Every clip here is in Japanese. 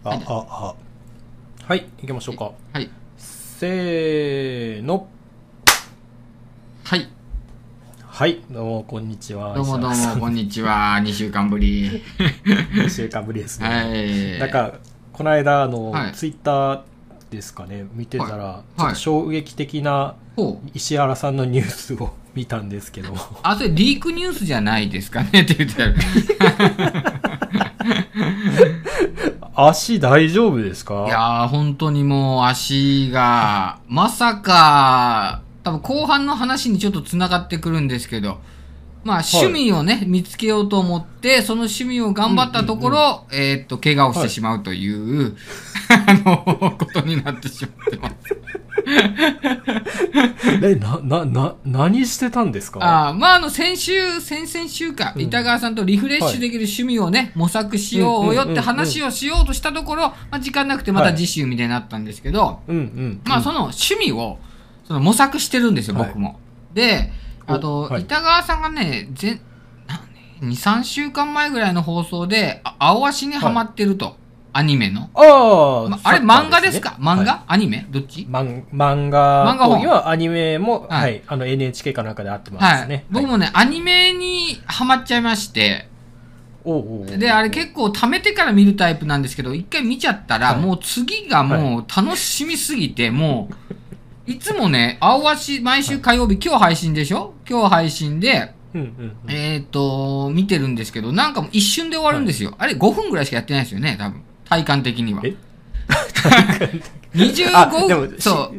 はい、行きましょうか。 はい。 せーの。 はい。 はい、どうも、こんにちは。 どうも、こんにちは。2週間ぶり。 2週間ぶりですね。 はい。 なんか、この間、 はい、 ツイッターですかね、見てたら、 はい、 ちょっと衝撃的な石原さんのニュースを見たんですけど。 あ、それリークニュースじゃないですかねって言ってた足大丈夫ですか？ いやー、本当にもう足が、まさか、多分後半の話にちょっと繋がってくるんですけど、まあ趣味をね、見つけようと思って、その趣味を頑張ったところ、怪我をしてしまうという、ことになってしまってます。 何してたんですか？ まあ先々週か、板川さんとリフレッシュできる趣味をね、模索しようよって話をしようとしたところ、まあ時間なくてまた次週みたいになったんですけど、まあその趣味を、模索してるんですよ、僕も。で、板川さんがね、2、3週間前ぐらいの放送で、青足にハマってると。アニメの。あれ漫画ですか？漫画？アニメ？どっち？ 漫画本はアニメも、はい、NHK かなんかであってますね。はい、 僕もね、アニメにハマっちゃいまして、で、あれ結構貯めてから見るタイプなんですけど、一回見ちゃったら、もう次がもう楽しみすぎて、もう、いつもね、青足、毎週火曜日、今日配信でしょ？今日配信で、見てるんですけど、なんかもう一瞬で終わるんですよ。あれ5分ぐらいしかやってないですよね、多分。体感的には。25分、そう。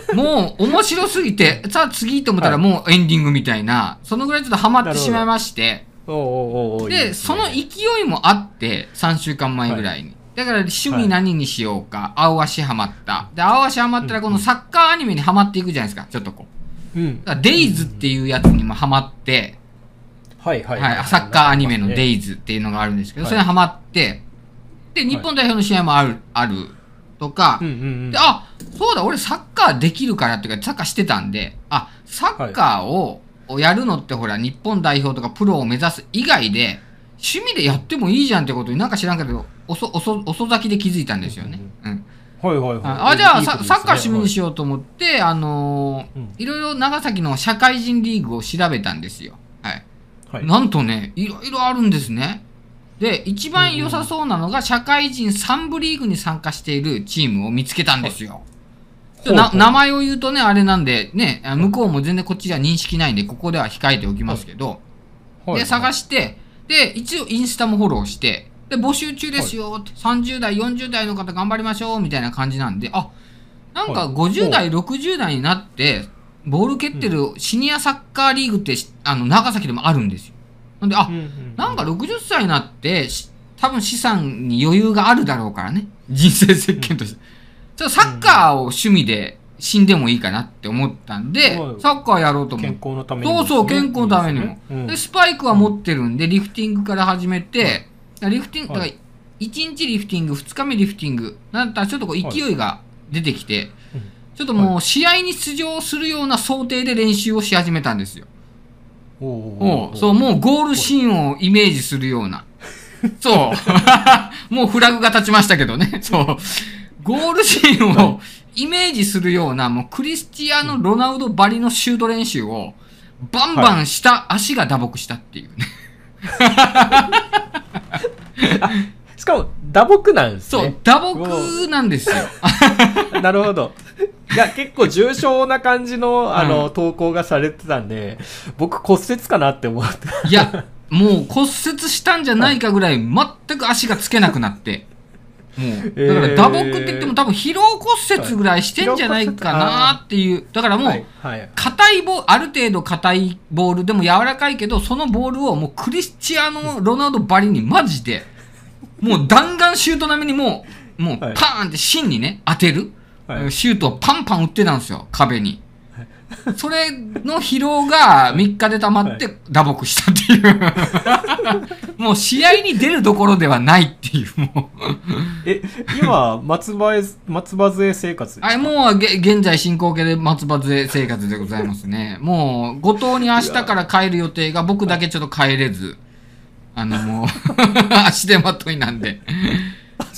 もう面白すぎて、さあ次と思ったらもうエンディングみたいな、そのぐらいちょっとハマってしまいまして、で、その勢いもあって、3週間前ぐらいに。だから趣味何にしようか、青足ハマった。で、青足ハマったらこのサッカーアニメにハマっていくじゃないですか、ちょっとこう。デイズっていうやつにもハマって、サッカーアニメのデイズっていうのがあるんですけど、それにハマって、で、日本代表の試合もあるとか、で、そうだ、俺サッカーできるからっていうか、サッカーしてたんで、サッカーをやるのってほら、日本代表とかプロを目指す以外で、趣味でやってもいいじゃんってことになんか知らんけど、遅咲きで気づいたんですよね。じゃあ、サッカー趣味にしようと思って、いろいろ長崎の社会人リーグを調べたんですよ。なんとね、いろいろあるんですね。で、一番良さそうなのが、社会人3部リーグに参加しているチームを見つけたんですよ。名前を言うとね、あれなんで、ね、向こうも全然こっちでは認識ないんで、ここでは控えておきますけど、で、探して、で、一応インスタもフォローして、で、募集中ですよ、30代、40代の方頑張りましょう、みたいな感じなんで、なんか50代、60代になって、ボール蹴ってるシニアサッカーリーグって、長崎でもあるんですよ。なんで、なんか60歳になって、多分資産に余裕があるだろうからね。人生設計として。ちょっとサッカーを趣味で死んでもいいかなって思ったんで、サッカーやろうと思って。 健康のためにも。 そう、健康のためにも。で、スパイクは持ってるんで、リフティングから始めて、リフティング、だから1日リフティング、2日目リフティング、なんだったらちょっとこう勢いが出てきて、ちょっともう試合に出場するような想定で練習をし始めたんですよ。そう、もうゴールシーンをイメージするような。そう。もうフラグが立ちましたけどね。そう。ゴールシーンをイメージするような、もうクリスティアーノ・ロナウドばりのシュート練習をバンバンした、足が打撲したっていうね。 しかも打撲なんですね。 そう、打撲なんですよ。 なるほど。いや、結構重症な感じの、投稿がされてたんで、僕骨折かなって思って。 いや、もう骨折したんじゃないかぐらい、全く足がつけなくなって。もう、だから打撲って言っても多分疲労骨折ぐらいしてんじゃないかなっていう。だからもう、硬いある程度硬いボールでも柔らかいけど、そのボールをもうクリスチアーノ・ロナウドばりにマジで、もう弾丸シュート並みにもうパーンって芯にね、当てる。シュートをパンパン打ってたんですよ、壁に。それの疲労が3日で溜まって打撲したっていう。もう試合に出るどころではないっていう、もう。 今、松葉杖生活ですか？ もう現在進行形で松葉杖生活でございますね。もう、五島に明日から帰る予定が僕だけちょっと帰れず、もう、足手まといなんで。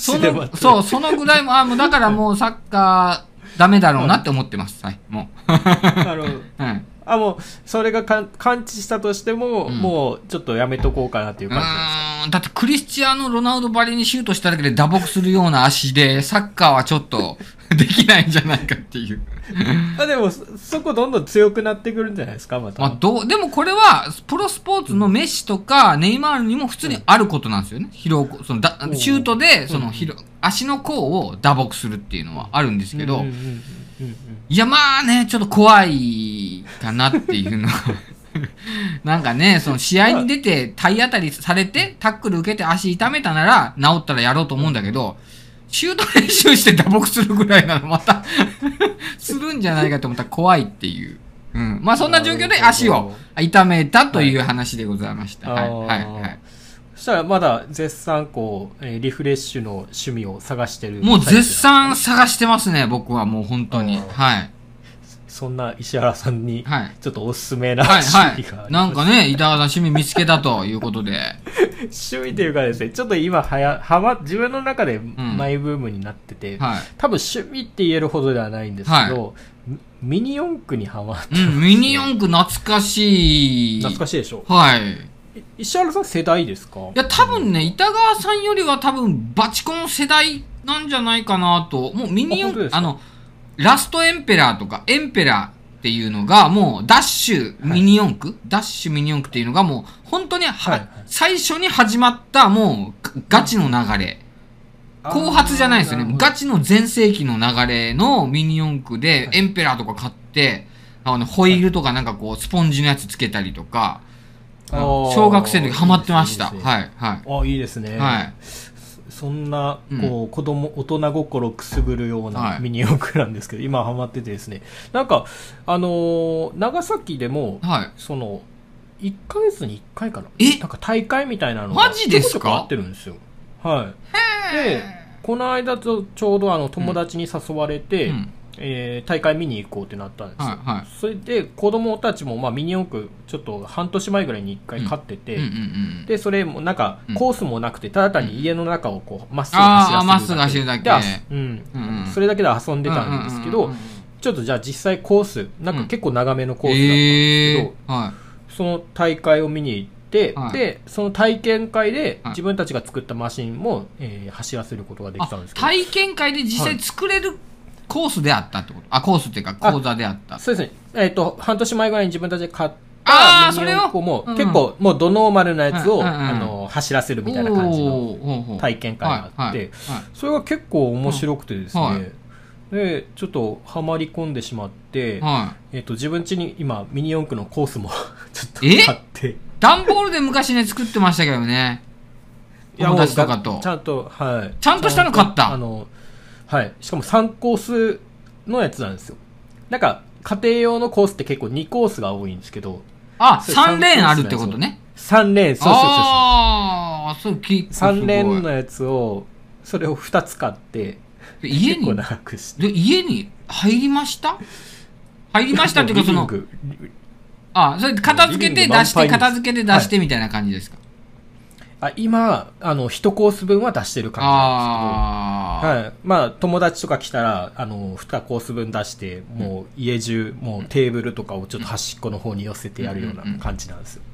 そのぐらいも、もうだからもうサッカーダメだろうなって思ってます。はい、もう。 なるほど。 はい。 もう、それが感知したとしても、もう、ちょっとやめとこうかなっていう感じなんですか？ だってクリスチアーノ・ロナウドばりにシュートしただけで打撲するような足で、サッカーはちょっとできないんじゃないかっていう。 でも、そこどんどん強くなってくるんじゃないですか、また。 でもこれは、プロスポーツのメッシとかネイマールにも普通にあることなんですよね。シュートで、足の甲を打撲するっていうのはあるんですけど、いや、まあね、ちょっと怖いかなっていうのは。なんかね、その試合に出て体当たりされて、タックル受けて足痛めたなら、治ったらやろうと思うんだけど、シュート練習して打撲するぐらいならまたするんじゃないかと思ったら怖いっていう。うん。まあそんな状況で足を痛めたという話でございました。はい。はい。はい。 そしたらまだ絶賛リフレッシュの趣味を探してる。 もう絶賛探してますね、僕はもう本当に。はい。 そんな石原さんに、ちょっとおすすめな趣味が、なんかね、板川さん趣味見つけたということで。 趣味というかですね、ちょっと今自分の中でマイブームになってて、多分趣味って言えるほどではないんですけど、ミニ四駆にハマって、 ミニ四駆懐かしい。 懐かしいでしょ？ はい。 石原さん世代ですか？ いや、多分ね、板川さんよりは多分バチコン世代なんじゃないかなと。もうミニ四駆、ラストエンペラーとかエンペラーっていうのがもうダッシュミニ四駆、ダッシュミニ四駆っていうのがもう本当に最初に始まったもうガチの流れ。後発じゃないですよね。ガチの全盛期の流れのミニ四駆でエンペラーとか買って、ホイールとかなんかスポンジのやつつけたりとか、小学生の時ハマってました。はい、はい。 いいですね。 はい。 そんな、大人心くすぐるようなミニ四駆なんですけど、今ハマっててですね。なんか、長崎でも、1ヶ月に1回かな。なんか大会みたいなのが、マジですか？ やってるんですよ。はい。で、この間ちょうど友達に誘われて、大会見に行こうってなったんですよ。それで子供たちもミニ四駆ちょっと半年前ぐらいに1回買ってて、でそれもなんかコースもなくてただ単に家の中をまっすぐ走るだけで、それだけで遊んでたんですけど、ちょっとじゃあ実際コースなんか結構長めのコースだったんですけど、その大会を見に行って、でその体験会で自分たちが作ったマシンも走らせることができたんですけど、 体験会で実際作れるコースであったってこと？コースっていうか講座であった。 そうですね。半年前ぐらいに自分たちで買ったミニ四駆も結構もうドノーマルなやつを走らせるみたいな感じの体験会があって、それが結構面白くてですね。でちょっとハマり込んでしまって、自分家に今ミニ四駆のコースもちょっと買って。 段ボールで昔ね作ってましたけどね。友達とかと。 ちゃんとちゃんとしたの買った。 はい。しかも3コースのやつなんですよ。なんか、家庭用のコースって結構2コースが多いんですけど。 3レーンあるってことね。 3レーン、そう。 3 レーンのやつを、それを2つ買って、結構長くして。 家に入りましたっていうかそれ片付けて出してみたいな感じですか？ 今、1コース分は出してる感じなんですけど、はい。友達とか来たら、2コース分出して、もう家中、もうテーブルとかをちょっと端っこの方に寄せてやるような感じなんですよ。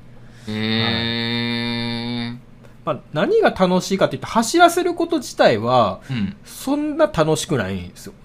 何が楽しいかって言って、走らせること自体は、そんな楽しくないんですよ。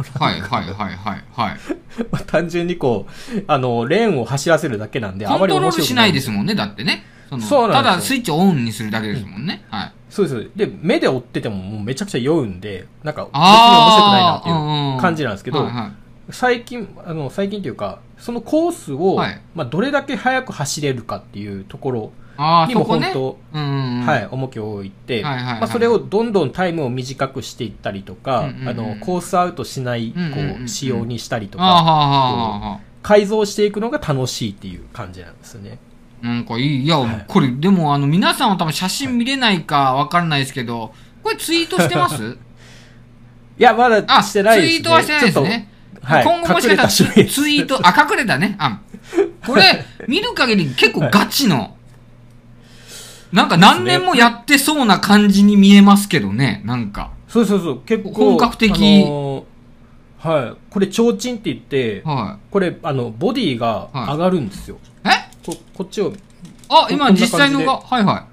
単純にレーンを走らせるだけなんで、 あまり面白くない。コントロールしないですもんね、だってね。ただスイッチをオンにするだけですもんね。 そうです。で、目で追っててももうめちゃくちゃ酔うんで、なんか別に面白くないなっていう感じなんですけど、最近というか、そのコースを、どれだけ速く走れるかっていうところにも本当、重きを置いて、それをどんどんタイムを短くしていったりとか、コースアウトしない仕様にしたりとか、改造していくのが楽しいっていう感じなんですよね。 なんかいい。いや、これ、でも皆さんは多分写真見れないかわからないですけど、これツイートしてます？ いや、まだしてないですね。 ツイートはしてないですね。今後もしかしたらツイート、隠れたね。これ、見る限り結構ガチの、なんか何年もやってそうな感じに見えますけどね、なんか。 そうそうそう、結構本格的。 はい。これ、提灯って言って、 はい。 これ、ボディが上がるんですよ。 はい、 こっちを。 あ、今実際のが、はいはい。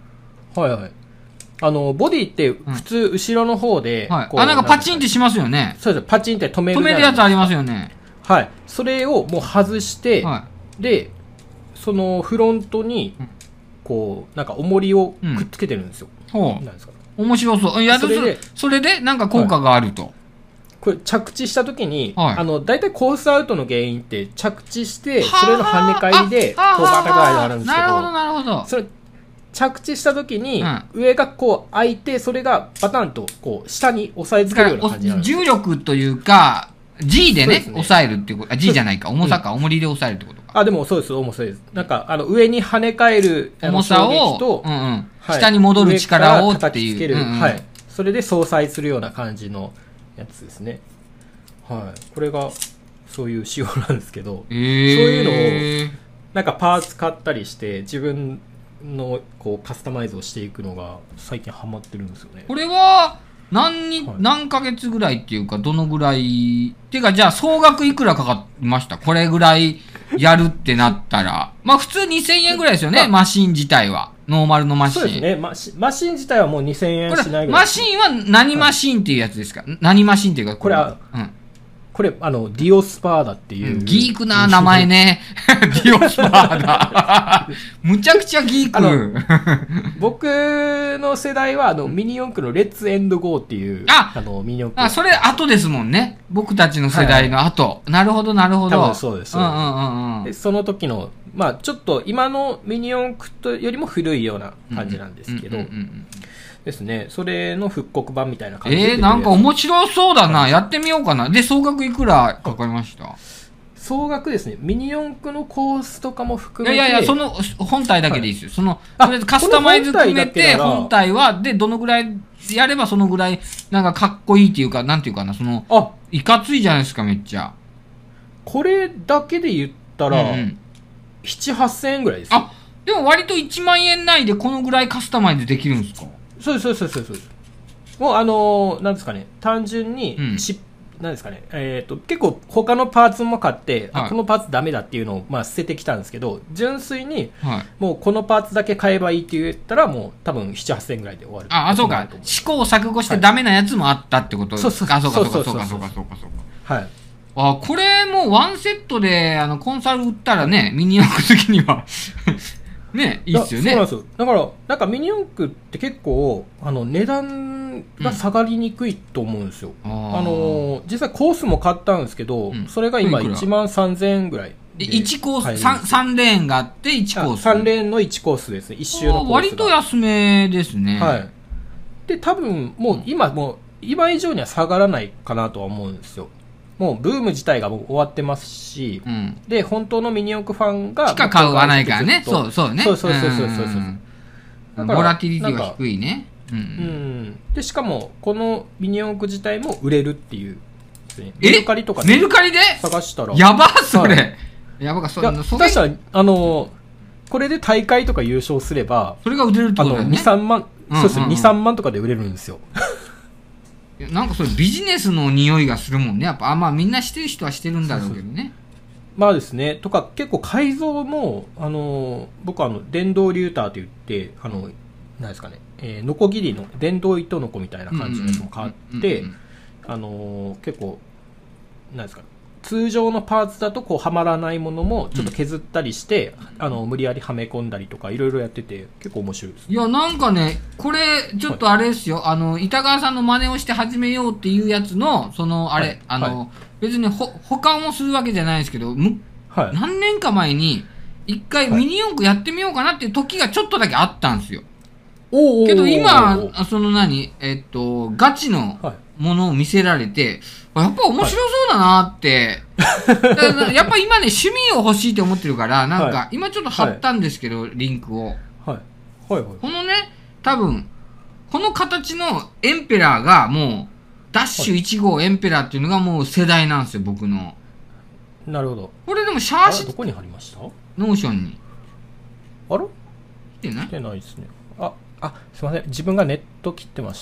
はいはい。ボディって普通後ろの方で、 はい、なんかパチンってしますよね。 そうです。パチンって止めるやつありますよね。 はい。それをもう外して、はい、で、そのフロントに、こう、なんか重りをくっつけてるんですよ。 なんですか。面白そう。それでなんか効果があると。はい、 これ着地した時に、はい、だいたいコースアウトの原因って着地して、それの跳ね返りで、こうバタバタになるんですけど。 なるほど、なるほど。 それ着地した時に、上がこう開いて、それがバタンとこう下に押さえつけるような感じなんです。 重力というか、G でね、押さえるっていうこと。G じゃないか、重さか、重りで押さえるってことか。 でもそうです、重さです。なんか、上に跳ね返る重さを、下に戻る力をっていう。 はい。それで相殺するような感じのやつですね。はい。これが、そういう仕様なんですけど、そういうのを、なんかパーツ買ったりして、自分のこうカスタマイズをしていくのが最近ハマってるんですよね。 これは何ヶ月ぐらいっていうか、どのぐらいっていうか、じゃあ総額いくらかかりました？これぐらいやるってなったら。まあ普通2000円ぐらいですよね、マシン自体は。ノーマルのマシン。 そうですね。マシン自体はもう2000円しないぐらい。 マシンは何マシンっていうやつですか？何マシンっていうか、 これは、これ、ディオスパーダっていう。 ギークな名前ね。ディオスパーダ。むちゃくちゃギーク。 僕の世代は、ミニ四駆のレッツエンドゴーっていう、ミニ四駆。 それ後ですもんね。僕たちの世代の後。はい、なるほど、なるほど。 多分そうです。で、その時の、まあちょっと今のミニ四駆とよりも古いような感じなんですけど、ですね。それの復刻版みたいな感じで。 なんか面白そうだな。やってみようかな。で、総額いくらかかりました？ 総額ですね。ミニ四駆のコースとかも含めて。 いや、その本体だけでいいですよ。とりあえずカスタマイズ組めて、本体は、で、どのぐらいやればそのぐらい、なんかかっこいいっていうか、なんていうかな、いかついじゃないですか、めっちゃ。 これだけで言ったら、7、8000円ぐらいです。 でも割と1万円内でこのぐらいカスタマイズできるんですか？ そうです。もうなんですかね、単純に、なんですかね、結構他のパーツも買って、このパーツダメだっていうのを、捨ててきたんですけど、純粋に、もうこのパーツだけ買えばいいって言ったら、もう多分7、8000円ぐらいで終わる。 そうか。試行錯誤してダメなやつもあったってことですか？そうか。はい。これもワンセットで、コンサル売ったらね、ミニ四駆的にはね、いいっすよね。 そうなんですよ。だから、なんかミニ四駆って結構、値段が下がりにくいと思うんですよ。実際コースも買ったんですけど、それが今1万3000円ぐらい。 1コース、3レーンがあって1コース。 3レーンの1コースですね。1周のコースが。 割と安めですね。 はい。で、多分、もう今以上には下がらないかなとは思うんですよ。もうブーム自体がもう終わってますし、で、本当のミニ四駆ファンが。 しか買わないからね。そうね。 そう。 ボラティリティが低いね。 で、しかも、このミニ四駆自体も売れるっていう。 メルカリとかで。メルカリで探したら。 やばそれ。やばか、それ。 下手したら、これで大会とか優勝すれば、 それが売れるってことだよね。 2、3万、そうですね、2、3万とかで売れるんですよ。 なんかそれビジネスの匂いがするもんね。やっぱ、みんなしてる人はしてるんだろうけどね。 ですね。とか、結構改造も、僕は電動リューターと言って、なんですかね、ノコギリの電動糸ノコみたいな感じのやつも買って、結構、なんですかね、通常のパーツだとこうはまらないものもちょっと削ったりして、無理やりはめ込んだりとかいろいろやってて結構面白いです、ね。 いや、なんかね、これちょっとあれですよ、板川さんの真似をして始めようっていうやつの別に保管をするわけじゃないですけど、何年か前に一回ミニ四駆やってみようかなっていう時がちょっとだけあったんですよ。けど今ガチのものを見せられて、やっぱ面白そうだなって。やっぱ今ね、趣味を欲しいと思ってるから、なんか、今ちょっと貼ったんですけど、リンクを。このね、多分、この形のエンペラーがもう、ダッシュ1号エンペラーっていうのがもう世代なんですよ、僕の。 なるほど。 これでもシャーシどこに貼りました？ ノーションに。 あら？ 来てない？ 来てないですね。すいません。自分がネット切ってました。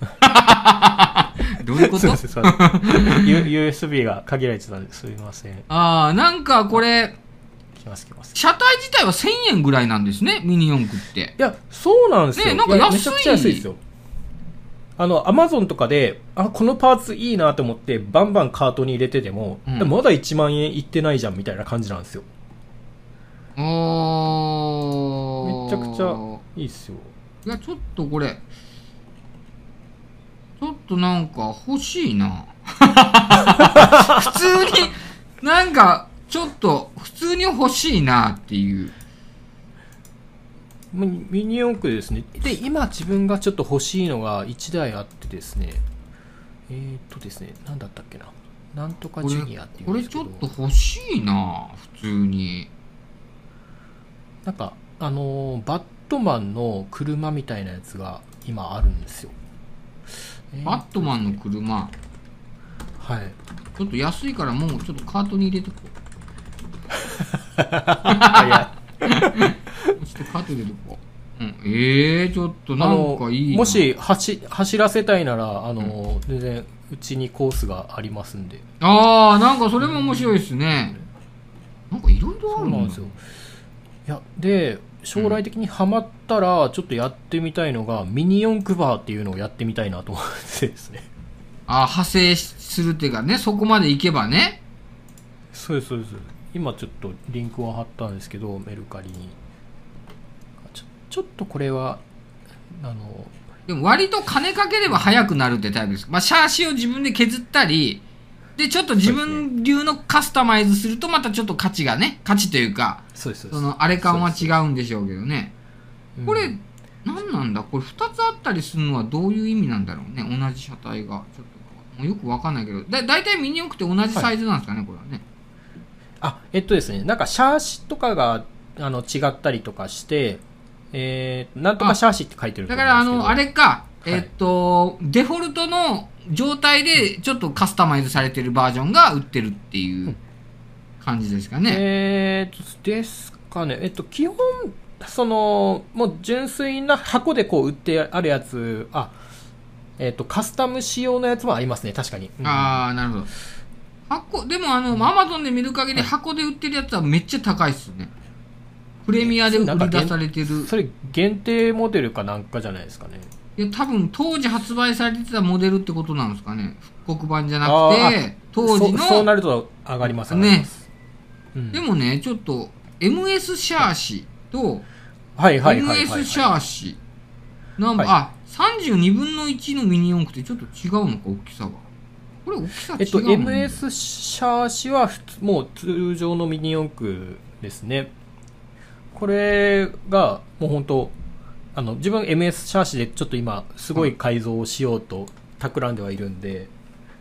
どういうこと？ USB が限られてたんですいません。 なんかこれ、 来ます車体自体は1000円ぐらいなんですね、ミニ四駆って。 いや、そうなんですよ。 ね、なんか安い。 めちゃくちゃ安いですよ。アマゾンとかで、このパーツいいなと思って、バンバンカートに入れてても、まだ1万円いってないじゃんみたいな感じなんですよ。めちゃくちゃいいっすよ。 いや、ちょっとこれ、ちょっとなんか欲しいな。普通に、なんか、ちょっと普通に欲しいなっていう。 ミニ四駆ですね。で、今自分がちょっと欲しいのが1台あってですね。ですね、なんだったっけな。なんとかジュニアっていうんですけど。 これちょっと欲しいな、普通に。 なんか、バットマンの車みたいなやつが今あるんですよ。 バットマンの車。 はい。 ちょっと安いからもうちょっとカートに入れてこう。 いや。 そしてカート入れてこう。ちょっとなんかいいな。 もし走らせたいなら、全然うちにコースがありますんで。 なんかそれも面白いですね。なんかいろいろあるんですよ。 いや、で、将来的にハマったら、ちょっとやってみたいのが、ミニ四駆バーっていうのをやってみたいなと思ってですね。 派生するっていうかね、そこまで行けばね。 そうです。今ちょっとリンクを貼ったんですけど、メルカリに。ちょっとこれは、 でも割と金かければ速くなるってタイプです。シャーシを自分で削ったり、で、ちょっと自分流のカスタマイズすると、またちょっと価値というか、あれ感は違うんでしょうけどね。これ、何なんだこれ2つあったりするのはどういう意味なんだろうね。同じ車体が。ちょっと、もうよくわかんないけど、だいたいミニ四駆って同じサイズなんですかね、これはね。 ですね、なんかシャーシとかが、違ったりとかして、なんとかシャーシって書いてると思うんですけど。 だからあれか、デフォルトの状態でちょっとカスタマイズされてるバージョンが売ってるっていう感じですかね。 ですかね。基本、もう純粋な箱でこう売ってあるやつ、カスタム仕様のやつもありますね、確かに。 なるほど。でもアマゾンで見る限り箱で売ってるやつはめっちゃ高いっすよね。プレミアで売り出されてる。 それ限定モデルかなんかじゃないですかね。 いや、多分当時発売されてたモデルってことなんですかね。復刻版じゃなくて、当時の。 そうなると上がりますね。でもね、ちょっと、MS シャーシと、MS シャーシ。32分の1のミニ四駆ってちょっと違うのか、大きさが。これ大きさ違うの？ MS シャーシはもう通常のミニ四駆ですね。これがもう本当自分 MS シャーシでちょっと今すごい改造をしようと企んではいるんで、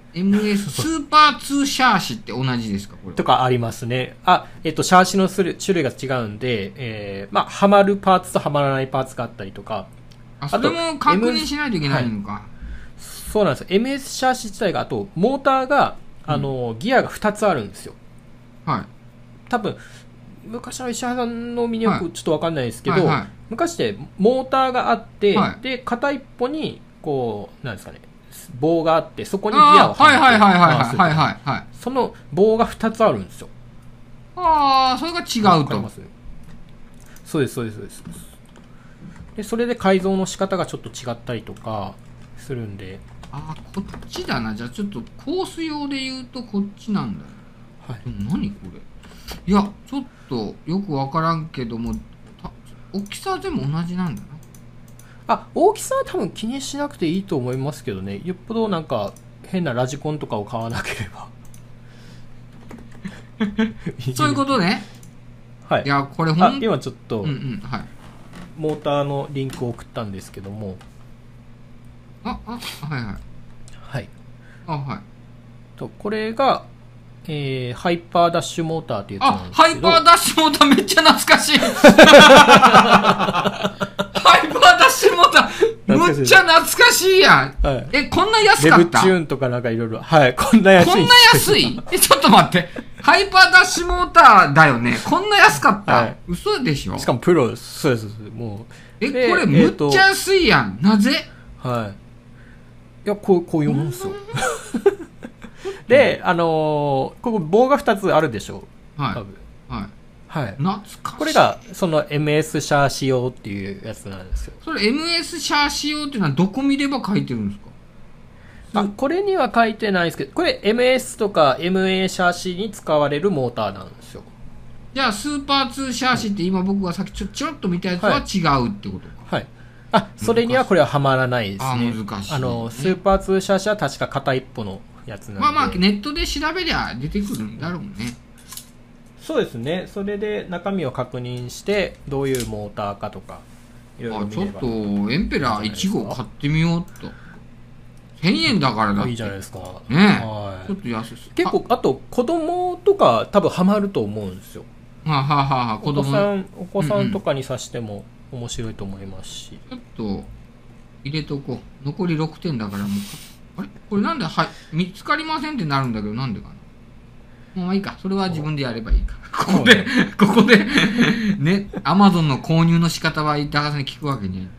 MS スーパー2シャーシって同じですかこれとかありますね。シャーシの種類が違うんで、はまるパーツとはまらないパーツがあったりとか、 それも確認しないといけないのか。 そうなんですよ。MS シャーシ自体が、あとモーターがギアが2つあるんですよ。多分昔の石原さんのミニ四駆ちょっと分かんないですけど、昔ってモーターがあって、で片一方にこうなんですかね、棒があって、そこにギアをはめて回す。その棒が2つあるんですよ。 それが違うと。 そうです。でそれで改造の仕方がちょっと違ったりとかするんで。 こっちだな。じゃあちょっとコース用で言うとこっちなんだよ。でも何これ。いや、ちょっとよくわからんけども、大きさでも同じなんだな。大きさは多分気にしなくていいと思いますけどね。よっぽどなんか変なラジコンとかを買わなければ。 そういうことね。いや、これ今ちょっと、モーターのリンクを送ったんですけども。これが、ハイパーダッシュモーターっていうやつなんですけど。 ハイパーダッシュモーターめっちゃ懐かしい。ハイパーダッシュモーターむっちゃ懐かしいやん。こんな安かった？ レブチューンとかなんかいろいろ。こんな安い。 こんな安い？ちょっと待って。ハイパーダッシュモーターだよね。こんな安かった？嘘でしょ？ しかもプロです。そうです。もう。 これむっちゃ安いやん。なぜ？ や、こういうもんですよ。で、ここ棒が2つあるでしょう。 はい。 多分。 はい。 はい。 懐かしい。 これが、その MS シャー仕様っていうやつなんですよ。 それ MS シャー仕様っていうのはどこ見れば書いてるんですか？ これには書いてないですけど、これ MS とか MA シャーシに使われるモーターなんですよ。 じゃあ、スーパー2シャーシって今僕がさっきちょろっと見たやつは違うってことか。 はい。それにはこれははまらないですね。 難しい、 スーパー2シャーシは確か片一方のやつなんで。 まあ、ネットで調べりゃ出てくるんだろうね。 そうですね。それで中身を確認して、どういうモーターかとか、いろいろ見れば。 ちょっと、エンペラー1号買ってみようと。1000円だからだって。 いいじゃないですか。 ね、はい、ちょっと安いです。 結構、あと、子供とか多分ハマると思うんですよ。お子さんとかにさしても面白いと思いますし。 ちょっと、入れとこう。残り6点だからもう、あれこれなんで、見つかりませんってなるんだけど、なんでかな。まあいいか。それは自分でやればいいか。ここで、ね、アマゾンの購入の仕方は高さに聞くわけに。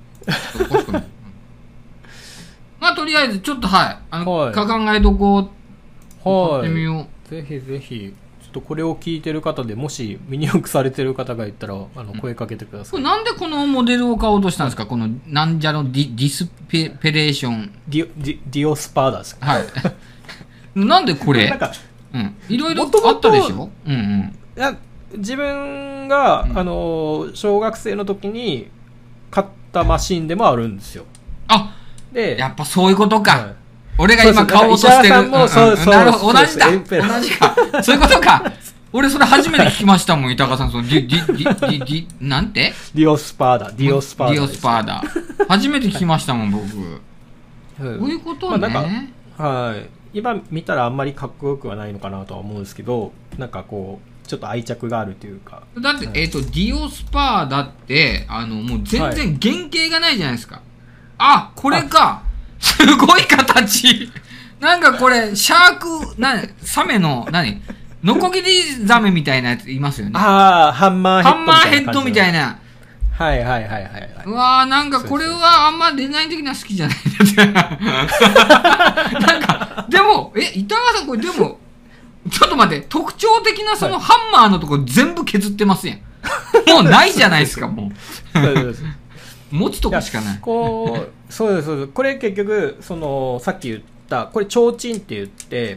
まあとりあえずちょっと考えとこう。買ってみよう。ぜひぜひ、ちょっとこれを聞いてる方でもしミニ四駆されてる方がいたら声かけてください。 これなんでこのモデルを買おうとしたんですか？このなんじゃのディスペレーション。 ディオスパーダですか？ はい。なんでこれ？いろいろあったでしょ？ いや、自分が、小学生の時に買ったマシンでもあるんですよ。 で、やっぱそういうことか。俺が今買おうとしてる。なるほど。同じだ。同じか。そういうことか。俺それ初めて聞きましたもん、板川さん。なんて？ ディオスパーダ。ディオスパーダ。初めて聞きましたもん、僕。そういうことね。 はい。今見たらあんまりかっこよくはないのかなとは思うんですけど、なんかこう、ちょっと愛着があるというか。 だって、ディオスパーダって、もう全然原型がないじゃないですか。これか。すごい形。なんかこれ、シャーク、サメの、ノコギリザメみたいなやついますよね。 ハンマーヘッドみたいな。 はい。 うわー、なんかこれはあんまデザイン的には好きじゃないなんか、でも、板川さんこれでも、ちょっと待って、特徴的なそのハンマーのとこ全部削ってますやん。もうないじゃないですか、もう。持つとこしかない。 そうです。これ結局、さっき言った、これ、提灯って言って、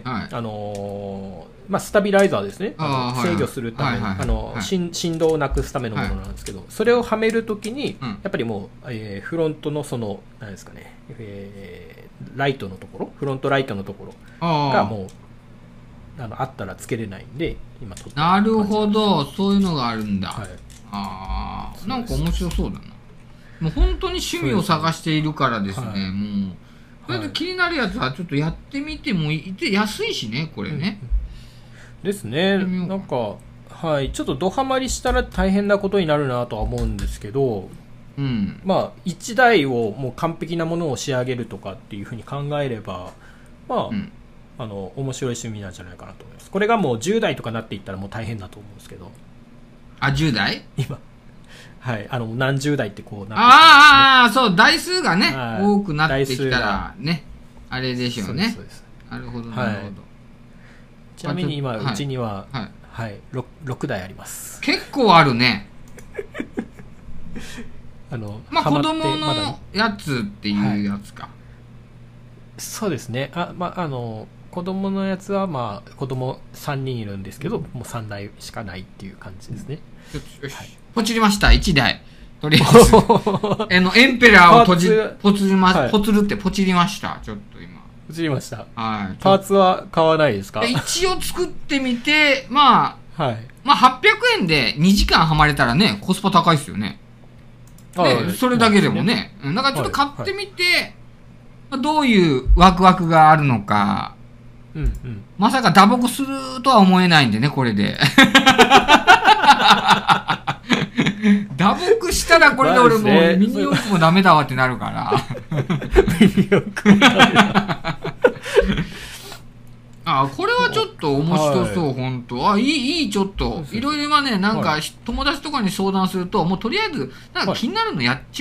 スタビライザーですね。制御するための、振動をなくすためのものなんですけど、それをはめるときに、やっぱりもう、フロントの何ですかね、ライトのところ、フロントライトのところがもう、あったらつけれないんで、今撮ってなるほど、そういうのがあるんだ。なんか面白そうだな。もう本当に趣味を探しているからですね、もう。それで気になるやつはちょっとやってみてもいて、安いしね、これね。 ですね。なんか、ちょっとドハマりしたら大変なことになるなとは思うんですけど、まあ、1台をもう完璧なものを仕上げるとかっていうふうに考えれば、まあ、面白い趣味なんじゃないかなと思います。これがもう10台とかなっていったらもう大変だと思うんですけど。 10台？ 今。何十台ってこうなってそう、台数がね、多くなってきたらね、あれでしょうね。なるほど、なるほど。 ちなみに今、うちには、6台あります。 結構あるね。まあ、子供のやつっていうやつか。 そうですね。子供のやつは、まあ、子供3人いるんですけど、もう3台しかないっていう感じですね。 ポチりました、1台。とりあえず。エンペラーをポツルってポチりました、ちょっと今。 ポチりました。 パーツは買わないですか？ 一応作ってみて、まあ800円で2時間はまれたらね、コスパ高いですよね。それだけでもね。だからちょっと買ってみて、どういうワクワクがあるのか、まさか打撲するとは思えないんでね、これで。打撲したらこれで俺もうミニ四駆もダメだわってなるから。ミニ四駆もダメだ。これはちょっと面白そう、本当。いい、ちょっと。いろいろね、なんか、友達とかに相談すると、もうとりあえず、なんか気になるのや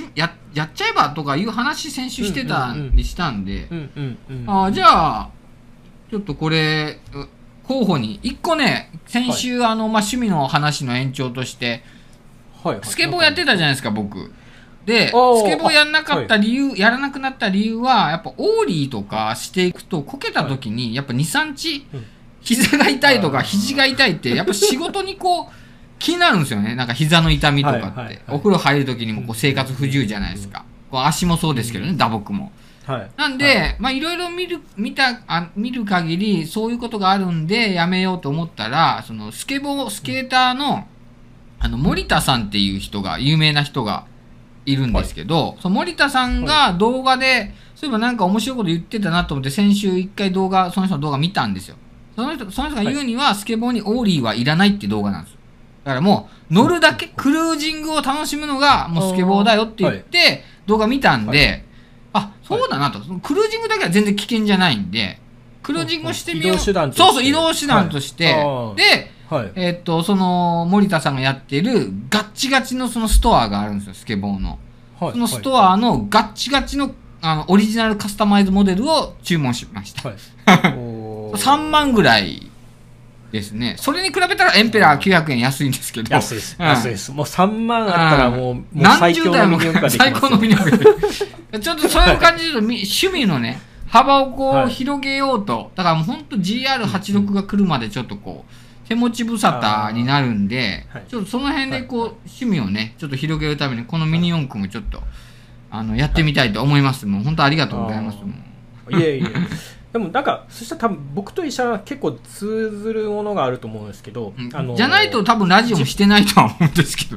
やっちゃえばとかいう話先週してたりしたんで、じゃあちょっとこれ候補に1個ね、先週まあ、趣味の話の延長として、スケボーやってたじゃないですか僕で。スケボーやらなかった理由、やらなくなった理由はやっぱオーリーとかしていくとこけた時にやっぱ 2,3 日膝が痛いとか肘が痛いってやっぱ仕事にこう気になるんですよね。なんか膝の痛みとかって、お風呂入る時にもこう生活不自由じゃないですか。こう足もそうですけどね、打撲も。なんで、まあいろいろ見る限りそういうことがあるんでやめようと思ったら、そのスケーターの森田さんっていう人が、有名な人がいるんですけど、その森田さんが動画で、そういえばなんか面白いこと言ってたなと思って先週一回その人の動画見たんですよ。その人が言うには、スケボーにオーリーはいらないって動画なんですよ。だからもう乗るだけ、クルージングを楽しむのがもうスケボーだよって言って動画見たんで、そうだなと。クルージングだけは全然危険じゃないんで、クルージングしてみよう。そう、移動手段として。で、その森田さんがやってるガッチガチのそのストアがあるんですよ、スケボーの。そのストアのガッチガチのオリジナルカスタマイズモデルを注文しました。3万ぐらいですね。それに比べたらエンペラー900円安いんですけど。 安いです。安いです。もう3万あったらもう最強のミニ四駆ができます。最高のミニ四駆。ちょっとそういう感じで趣味のね、幅をこう広げようと。だからもうほんと GR86 が来るまでちょっとこう、手持ち無沙汰になるんで、ちょっとその辺でこう、趣味をね、ちょっと広げるために、このミニ四駆もちょっと、やってみたいと思います。もう本当ありがとうございます。 いえいえ。でもなんかそしたら多分僕と医者は結構通ずるものがあると思うんですけど、 じゃないと多分ラジオもしてないとは思うんですけど、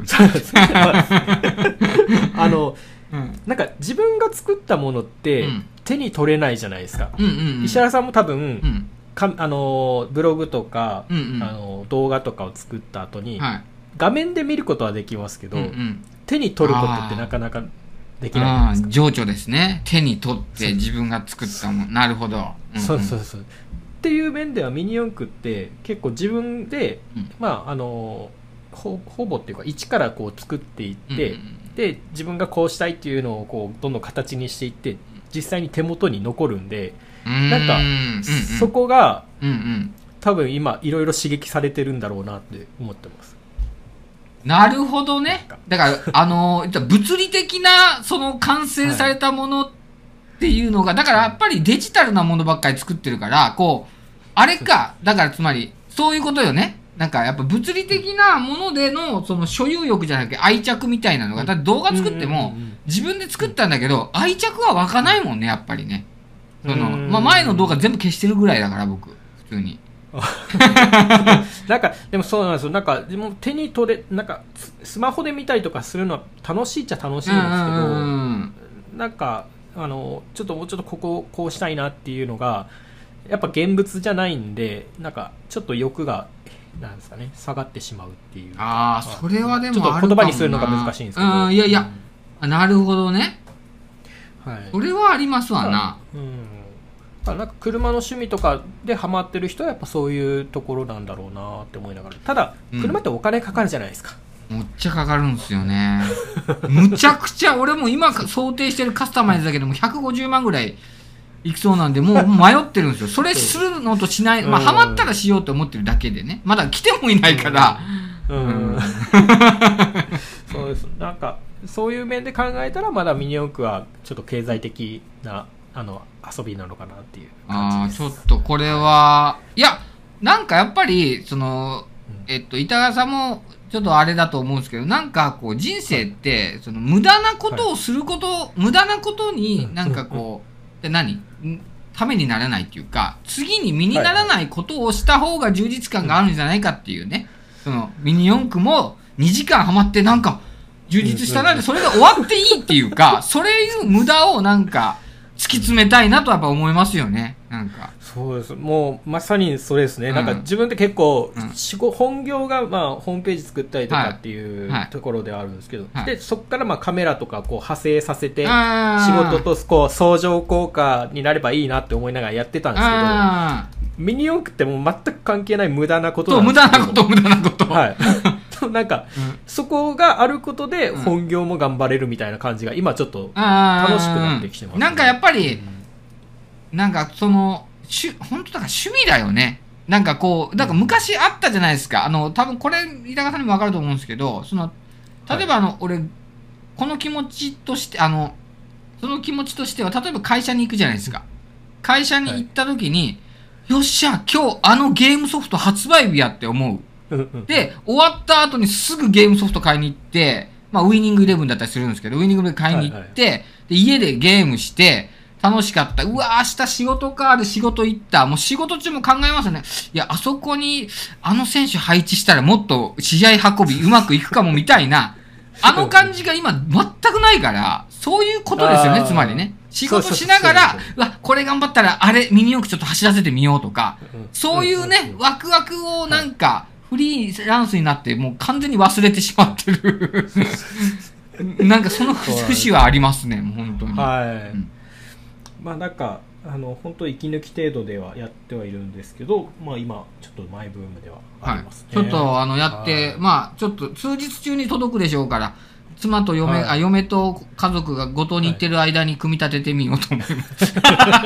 なんか自分が作ったものって手に取れないじゃないですか。石原さんも多分、ブログとか、動画とかを作った後に、画面で見ることはできますけど、手に取ることってなかなかできないですか。 情緒ですね。手に取って自分が作ったもの。なるほど。 そうそうそう。っていう面ではミニ四駆って結構自分で、まあほぼっていうか一からこう作っていって、で自分がこうしたいっていうのをこうどんどん形にしていって実際に手元に残るんで、なんかそこが多分今いろいろ刺激されてるんだろうなって思ってます。 なるほどね。だから物理的なその完成されたものっていうのが、だからやっぱりデジタルなものばっかり作ってるから、こうあれか、だからつまりそういうことよね。なんかやっぱ物理的なものでのその所有欲じゃなくて愛着みたいなのが、だって動画作っても自分で作ったんだけど愛着は湧かないもんね、やっぱりね。まあ前の動画全部消してるぐらいだから僕普通に。 なんかでもそうなんですよ。なんかでも手に取れ、なんかスマホで見たりとかするのは楽しいっちゃ楽しいんですけど、なんかちょっともうちょっとこうしたいなっていうのがやっぱ現物じゃないんで、なんかちょっと欲がなんですかね、下がってしまうっていう。 それはでもちょっと言葉にするのが難しいんですけど。 いやいや、なるほどね。それはありますわな。 なんか車の趣味とかでハマってる人はやっぱそういうところなんだろうなって思いながら、ただ車ってお金かかるじゃないですか。 むっちゃかかるんですよね。むちゃくちゃ、俺も今想定してるカスタマイズだけでも150万ぐらいいきそうなんで、もう迷ってるんですよ。それするのとしない、まあハマったらしようと思ってるだけでね、まだ来てもいないから。 そうです。なんかそういう面で考えたらまだミニ四駆はちょっと経済的な遊びなのかなっていう感じです。 ちょっとこれはいや、なんかやっぱりその板川さんもちょっとあれだと思うんですけど、なんかこう人生ってその無駄なことをすること、無駄なことになんかこうためにならないっていうか、次に身にならないことをした方が充実感があるんじゃないかっていうね。そのミニ四駆も2時間ハマってなんか充実したなで、それが終わっていいっていうか、それいう無駄をなんか突き詰めたいなとやっぱ思いますよね。なんかそうです。もうまさにそれですね。なんか自分って結構、本業がまあホームページ作ったりとかっていうところではあるんですけど、でそこからまあカメラとかこう派生させて仕事とこう相乗効果になればいいなって思いながらやってたんですけど、ミニ四駆ってもう全く関係ない無駄なことなんですけど、 無駄なこと。 はい。 なんか、そこがあることで本業も頑張れるみたいな感じが今ちょっと楽しくなってきてます、ね、 なんかやっぱり、なんかその本当だから趣味だよね。なんかこう、だから昔あったじゃないですか。多分これ、板川さんにも分かると思うんですけど、例えば俺、この気持ちとして、その気持ちとしては、例えば会社に行くじゃないですか。会社に行った時に、よっしゃ、今日ゲームソフト発売日やって思う。で、終わった後にすぐゲームソフト買いに行って、まあ、ウィニングイレブンだったりするんですけど、ウィニングイレブン買いに行って、で家でゲームして、楽しかった。うわ、明日仕事かで仕事行った。もう仕事中も考えますよね。いや、あそこに選手配置したらもっと試合運びうまくいくかもみたいな、感じが今全くないから、そういうことですよね、つまりね。仕事しながら、うわ、これ頑張ったらミニ四駆ちょっと走らせてみようとか、そういうね、ワクワクをなんか、フリーランスになってもう完全に忘れてしまってる。なんかその節はありますね、もう本当に。 はい。まあなんか本当息抜き程度ではやってはいるんですけど、まあ今ちょっとマイブームではありますね。 はい、ちょっとやって、まあちょっと数日中に届くでしょうから、妻と嫁と家族が五島に行ってる間に組み立ててみようと思います。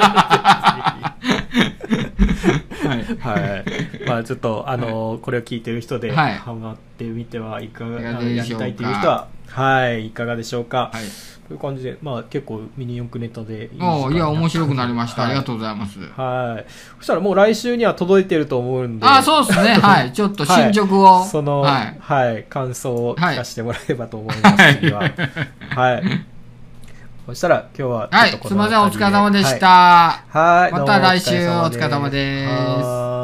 はい。まあちょっとこれを聞いてる人でハマってみてはいかがやりたいという人は、はい、いかがでしょうか。はい。という感じで、まあ結構ミニ四駆ネタでいや、面白くなりました。ありがとうございます。 はい。そしたらもう来週には届いてると思うんで。 そうですね。はい。ちょっと進捗を。 はい。感想を聞かせてもらえればと思います。次は。はい。そしたら今日ははい。すみません。お疲れ様でした。 はい。 また来週お疲れ様です。